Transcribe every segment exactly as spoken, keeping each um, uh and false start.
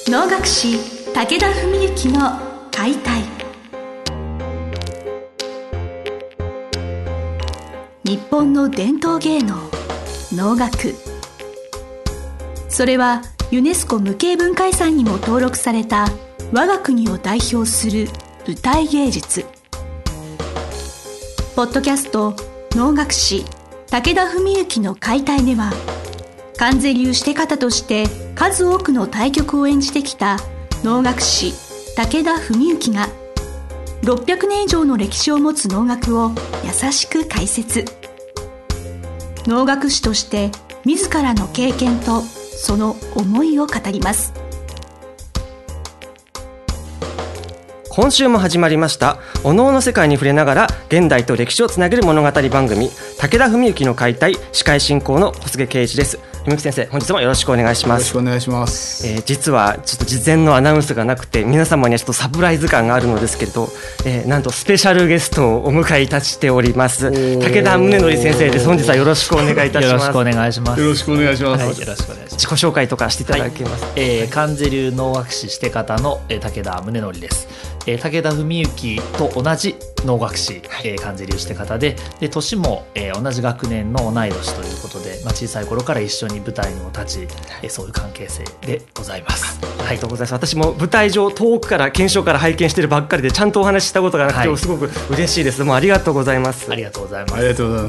能楽師武田文幸の解体。日本の伝統芸能能楽、それはユネスコ無形文化遺産にも登録された我が国を代表する舞台芸術。ポッドキャスト能楽師武田文幸の解体では、観世流して方として数多くの大曲を演じてきた能楽師武田文幸がろっぴゃくねん以上の歴史を持つ能楽を優しく解説。能楽師として自らの経験とその思いを語ります。 今週も始まりましたお能の世界に触れながら現代と歴史をつなげる物語番組、武田文幸の解体。司会進行の小菅圭一です。文幸先生、本日もよろしくお願いします。 よろしくお願いします。 えー、実はちょっと事前のアナウンスがなくて皆様にはちょっとサプライズ感があるのですけれど、えー、なんとスペシャルゲストをお迎えいたしております。武田宗則先生です。本日はよろしくお願いいたします。 よろしくお願いします。 よろしくお願いします。 はい、よろしくお願いします。 自己紹介とかしていただけますか。 はい、えー、観世流能楽師して方の、えー、武田宗則です。えー、武田文幸と同じ能楽師、えー、観世流して方で、で年も、えー、同じ学年の同い年ということで、まあ、小さい頃から一緒に舞台にも立ち、えー、そういう関係性でございます。 ありがとうございます。私も舞台上遠くから検証から拝見しているばっかりでちゃんとお話ししたことがなくて、はい、すごく嬉しいです。もうありがとうございます。 ありがとうございます。 ありがとうございます。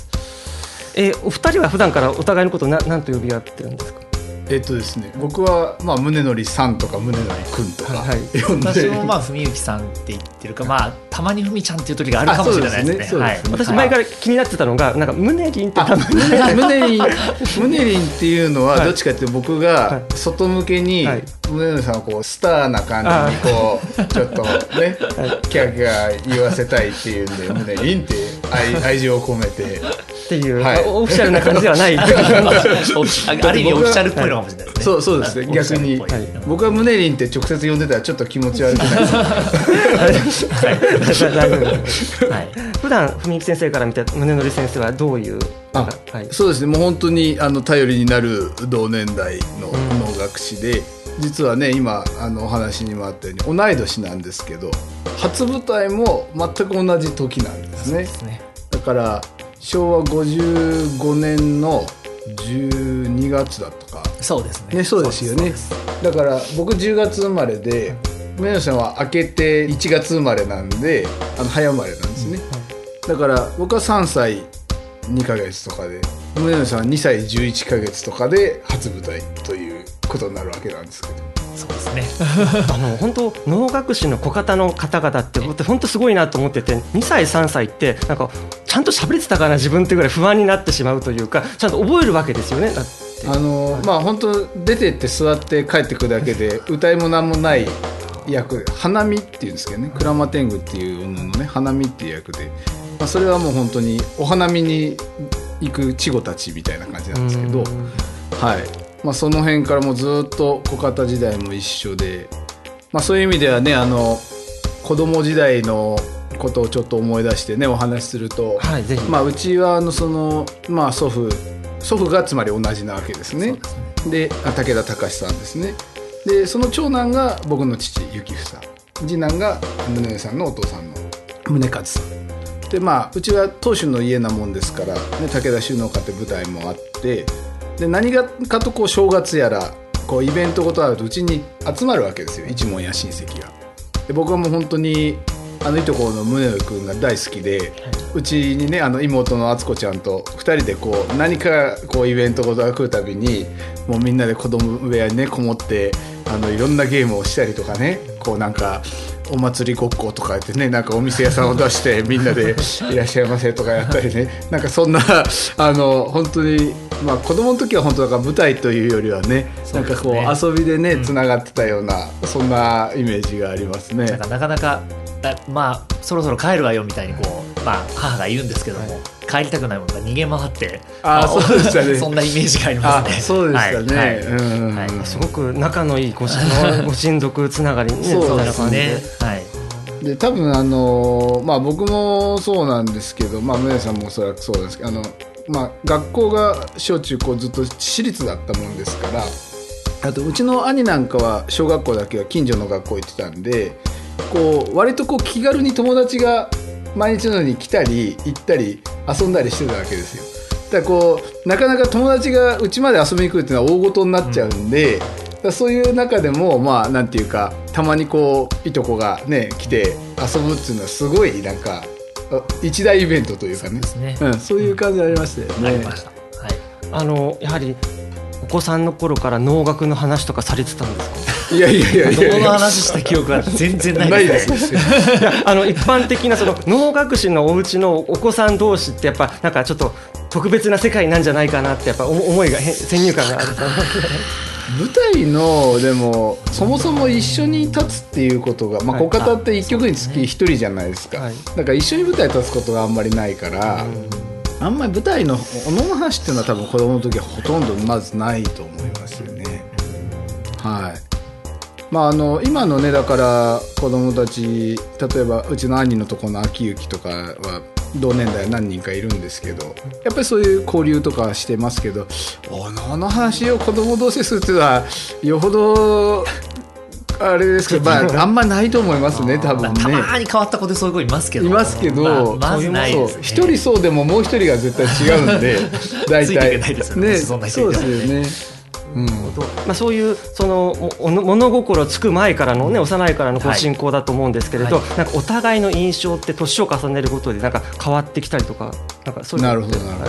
えー、お二人は普段からお互いのことをな何と呼び合ってるんですか。 えっとですね、僕はまあ宗則さんとか宗則くんとか、はい、 呼んで、私もまあ文幸さんって言ってるか、まあたまに文ちゃんっていう時があるかもしれないですね。はい、 私前から気になってたのが、なんか宗りんってたまに宗りん宗りんっていうのはどっちかっていうと、僕が外向けに宗則さんをこうスターな感じにこうちょっとねキャーキャー言わせたいっていうんで宗りんって 愛, 愛情を込めてっていう、はい、オフィシャルな感じではないある意味オフィシャルっぽいのかもしれないですね。 そうそうですね、逆に、はい、僕は宗りんって直接呼んでたらちょっと気持ち悪くないですか。 はい、普段文幸先生から見て宗則先生はどういう。 あ、はい、そうですね、もう本当にあの頼りになる同年代の能楽師で、うん、実はね今あのお話にもあったように同い年なんですけど、初舞台も全く同じ時なんですね。そうですね。だからしょうわごじゅうごねんのじゅうにがつだったか。 そうですね。 ね、そうですよね。だから僕じゅうがつ生まれで、宗則さんは明けていちがつ生まれなんで、あの早生まれなんですね。うん、だから僕はさんさいにかげつとかで、宗則さんはにさいじゅういっかげつとかで初舞台ということになるわけなんですけど。 そうですね。 あの本当能楽師の小方の方々って本当すごいなと思ってて、にさいさんさいってなんかちゃんと喋れてたかな自分ってぐらい不安になってしまうというか、ちゃんと覚えるわけですよね。だってあの、はい、まあ本当出てって座って帰ってくるだけで歌いもなんもない役、花見っていうんですけどね、鞍馬天狗っていうののね花見っていう役で、まあ、それはもう本当にお花見に行く稚児たちみたいな感じなんですけど、はい、まあ、その辺からもうずっと小方時代も一緒で、まあ、そういう意味ではね、あの子供時代のことをちょっと思い出してねお話しすると、はい、ぜひ。まあ、うちはあのその、まあ、祖父祖父がつまり同じなわけですね。で、武田隆さんですね。でその長男が僕の父幸房、次男が宗則さんのお父さんの宗和さんで、まあ、うちは当主の家なもんですから、ね、武田収納家って舞台もあって、で何かとこう正月やらこうイベントごとあるとうちに集まるわけですよ、一門や親戚が。で僕はもう本当にあのいとこの宗則君が大好きで、うちにねあの妹の敦子ちゃんとふたりでこう何かこうイベントごとが来るたびにもうみんなで子供部屋にねこもってあのいろんなゲームをしたりとかね、こうなんかお祭りごっことかやってね、なんかお店屋さんを出してみんなでいらっしゃいませとかやったりね、なんかそんなあの本当に、まあ、子供の時は本当だから舞台というよりはね、なんかこう遊びでねつながってたような、うん、そんなイメージがありますね。 なんかなかなかまあそろそろ帰るわよみたいにこう、まあ、母が言うんですけども、はい、帰りたくないものが逃げ回って、 あ、そうでしたね。 そんなイメージがありますね。 そうでしたね、はいうんはい、すごく仲のいい ご, ご親族つながりに、ね、 そうですね。 はい、 で多分あの、まあ、僕もそうなんですけど、まあ、宗さんもおそらくそうですけど、あの、まあ、学校が小中高ずっと私立だったもんですから、 あとうちの兄なんかは小学校だけは近所の学校行ってたんで、こう割とこう気軽に友達が毎日のように来たり行ったり遊んだりしてたわけですよ。だからこうなかなか友達がうちまで遊びに来るっていうのは大事になっちゃうんで、うん、だからそういう中でもまあなんていうか、たまにこういとこがね来て遊ぶっていうのはすごいなんか一大イベントというかね、 そうですね、うん、そういう感じありましたよね、うん、 ありました、はい、 あのやはりお子さんの頃から能楽の話とかされてたんですか？ いやいやいやいや、 能の話した記憶は全然ないです。 いやあの一般的なその能楽師のお家のお子さん同士ってやっぱなんかちょっと特別な世界なんじゃないかなってやっぱ思いが先入観がある。 舞台のでもそもそも一緒に立つっていうことが、まあ、小方って一曲につき一人じゃないですか、はい、だから一緒に舞台立つことがあんまりないから、うん、あんまり舞台のお能の話っていうのは多分子供の時はほとんどまずないと思いますよね。はい。まあ、あの今のねだから子供たち、例えばうちの兄のところの秋行とかは同年代何人かいるんですけど、やっぱりそういう交流とかしてますけど、お能の話を子供同士でするっていうのはよほどあれですけど、まあ、あんまないと思いますね多分ね。 たまに変わった子でそういう子いますけどいますけど、 まあ、まずないですね。 一人そうでももう一人が絶対違うんで大体ついていけないですよね、 ね、 そんな人そうですよね。うん、 まあ、そういうその物心つく前からの、ね、幼いからのご進行だと思うんですけれど、はいはい、なんかお互いの印象って年を重ねることでなんか変わってきたりとか、なんかそういうのって。なるほどなるほど、はい、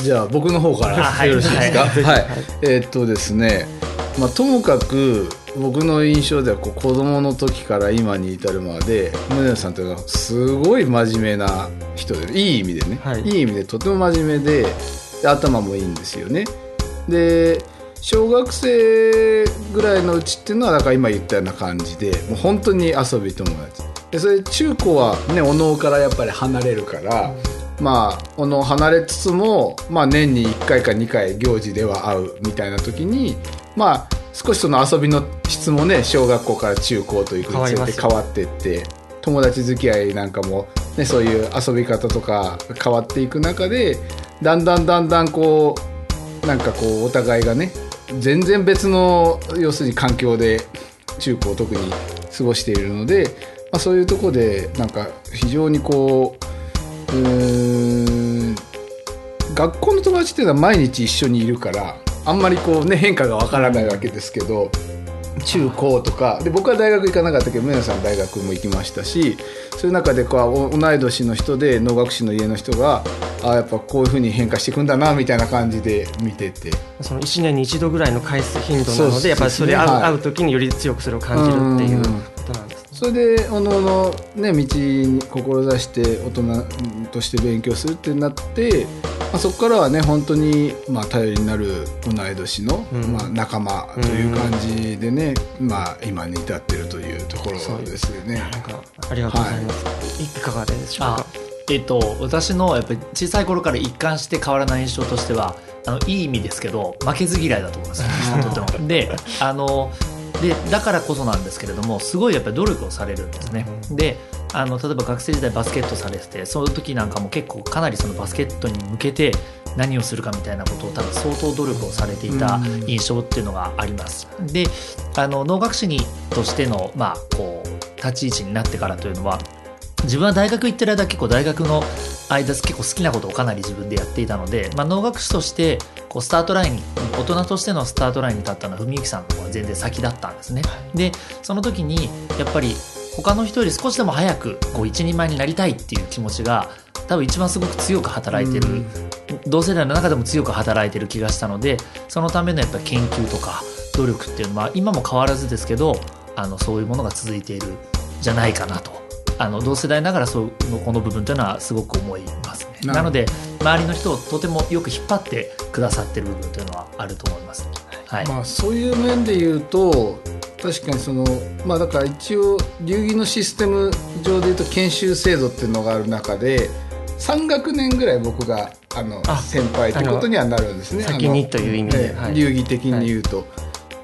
じゃあ僕の方からよろしいですか？はい、はい、えー、っとですね、まあ、ともかく僕の印象ではこう子供の時から今に至るまで宗さんというのはすごい真面目な人で、いい意味でね、はい、いい意味でとても真面目で、で頭もいいんですよね。で小学生ぐらいのうちっていうのはだから今言ったような感じで、もう本当に遊び友達で、それ中高はねお能からやっぱり離れるから、うん、まあお能離れつつも、まあ、年にいっかいかにかい行事では会うみたいな時に、まあ少しその遊びの質もね小学校から中高というふうに変わっていって、友達付き合いなんかも、ね、そういう遊び方とか変わっていく中で、だんだんだんだんこうなんかこうお互いがね全然別の要するに環境で中高特に過ごしているので、まあ、そういうところでなんか非常にこう、うーん学校の友達っていうのは毎日一緒にいるからあんまりこうね変化がわからないわけですけど、中高とかで僕は大学行かなかったけど宗さん大学も行きましたし、そういう中でこう同い年の人で能楽師の家の人があやっぱこういう風に変化していくんだなみたいな感じで見てて、 そのいちねんに一度ぐらいの回数頻度なので、やっぱりそれ会う、はい、会う時により強くそれを感じるっていうことなんですね。 それでおのおのね道に志して大人として勉強するってなって、まあ、そこからはね本当にまあ頼りになる同い年の、うんまあ、仲間という感じでね、うんまあ、今に至っているというところですよね。 なんかありがとうございます、はい、いかがでしょうか？ えっと、私のやっぱり小さい頃から一貫して変わらない印象としては、あのいい意味ですけど負けず嫌いだと思いますとてもであのでだからこそなんですけれども、すごいやっぱり努力をされるんですね。であの例えば学生時代バスケットされてて、その時なんかも結構かなりそのバスケットに向けて何をするかみたいなことを多分相当努力をされていた印象っていうのがあります。であの能楽師にとしての、まあ、こう立ち位置になってからというのは、自分は大学行ってる間結構大学の間結構好きなことをかなり自分でやっていたので、まあ、能楽師としてこうスタートラインに大人としてのスタートラインに立ったのは文幸さんの方が全然先だったんですね。でその時にやっぱり他の人より少しでも早くこう一人前になりたいっていう気持ちが多分一番すごく強く働いてる、同世代の中でも強く働いてる気がしたので、そのためのやっぱ研究とか努力っていうのは今も変わらずですけど、あのそういうものが続いているんじゃないかなと、あの同世代ながらそうこの部分というのはすごく思いますね。なので周りの人をとてもよく引っ張ってくださっている部分というのはあると思います、はいまあ、そういう面で言うと確かにその、まあ、だから一応流儀のシステム上で言うと研修制度っていうのがある中でさん学年ぐらい僕があの先輩ということにはなるんですね。 先にという意味で、 はい、流儀的に言うと、はい、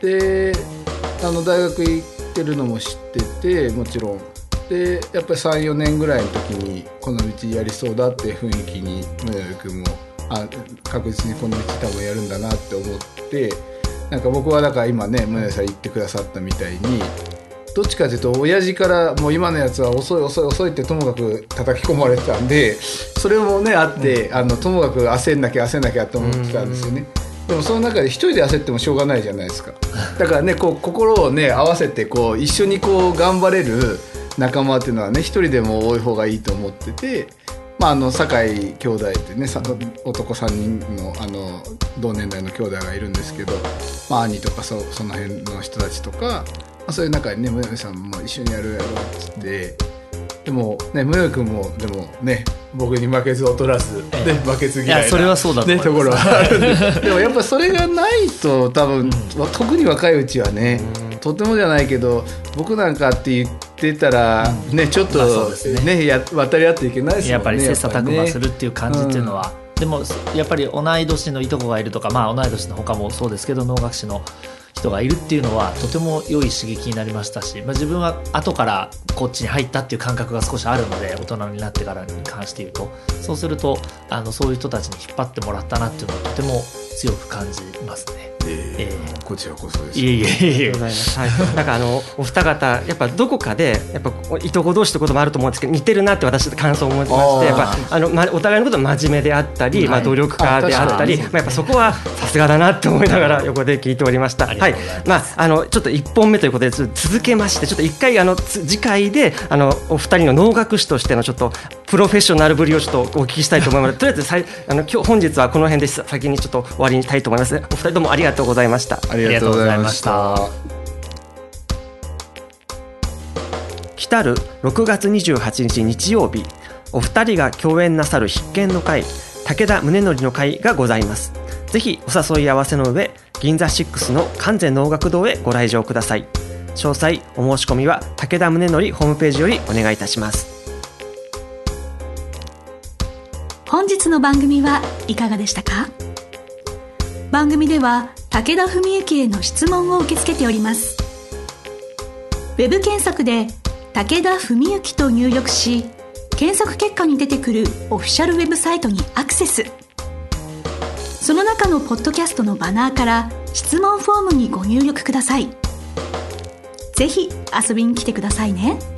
であの大学行ってるのも知ってて、もちろんでやっぱり さん,よ 年ぐらいの時にこの道やりそうだって雰囲気に宗則君もあ確実にこの道多分やるんだなって思って、 なんか僕はだから今ね宗さん言ってくださったみたいにどっちかというと親父からもう今のやつは遅い遅い遅いってともかく叩き込まれてたんで、それもねあって、うん、あのともかく焦んなきゃ焦んなきゃと思ってたんですよね。でもその中で一人で焦ってもしょうがないじゃないですか。だからねこう心をね合わせてこう一緒にこう頑張れる仲間っていうのはね一人でも多い方がいいと思ってて、まあ、あの酒井兄弟ってね男さんにん の, あの同年代の兄弟がいるんですけど、まあ、兄とか そ, その辺の人たちとか、まあ、そういう中にね宗さんも一緒にやるやろうっつって、でもね宗君もでもね僕に負けず劣らず、ね、負けず嫌いな、 いやそれはそうだと思います、 ね、ところはあるんででもやっぱそれがないと多分、うん、特に若いうちはね、うん、とてもじゃないけど僕なんかって言ってたら、うん、ねちょっと、まあそうですね、ねや渡り合っていけないですもんね。 やっぱり切磋琢磨するっていう感じっていうのは、うん、でもやっぱり同い年のいとこがいるとか、まあ、同い年の他もそうですけど能楽師の人がいるっていうのはとても良い刺激になりましたし、まあ、自分は後からこっちに入ったっていう感覚が少しあるので、大人になってからに関して言うとそうするとあのそういう人たちに引っ張ってもらったなっていうのをとても強く感じますね。 えーえー、こちらこそです。 いえいえいえ。ありがとうございます。 はい。なんかあのお二方やっぱどこかでやっぱいとこ同士ってこともあると思うんですけど似てるなって私感想を思いまして、やっぱあの、ま、お互いのこと真面目であったり、はいまあ、努力家であったり、あまあ、やっぱそこはさすがだなって思いながら横で聞いておりました。はい。まああのちょっと一本目ということで続けましてちょっと一回あの次回であのお二人の能楽師としてのちょっとプロフェッショナルぶりをちょっとお聞きしたいと思います。とりあえずさいあの今日本日はこの辺で先にちょっと終わりにしたいと思います。お二人ともありがとうございました。 ありがとうございました。 来たるろくがつにじゅうはちにち日曜日、お二人が共演なさる必見の会、武田宗則の会がございます。ぜひお誘い合わせの上、銀座シックスの関西能楽堂へご来場ください。詳細お申し込みは武田宗則ホームページよりお願いいたします。 本日の番組はいかがでしたか？番組では武田文幸への質問を受け付けております。ウェブ検索で武田文幸と入力し、検索結果に出てくるオフィシャルウェブサイトにアクセス。その中のポッドキャストのバナーから質問フォームにご入力ください。ぜひ遊びに来てくださいね。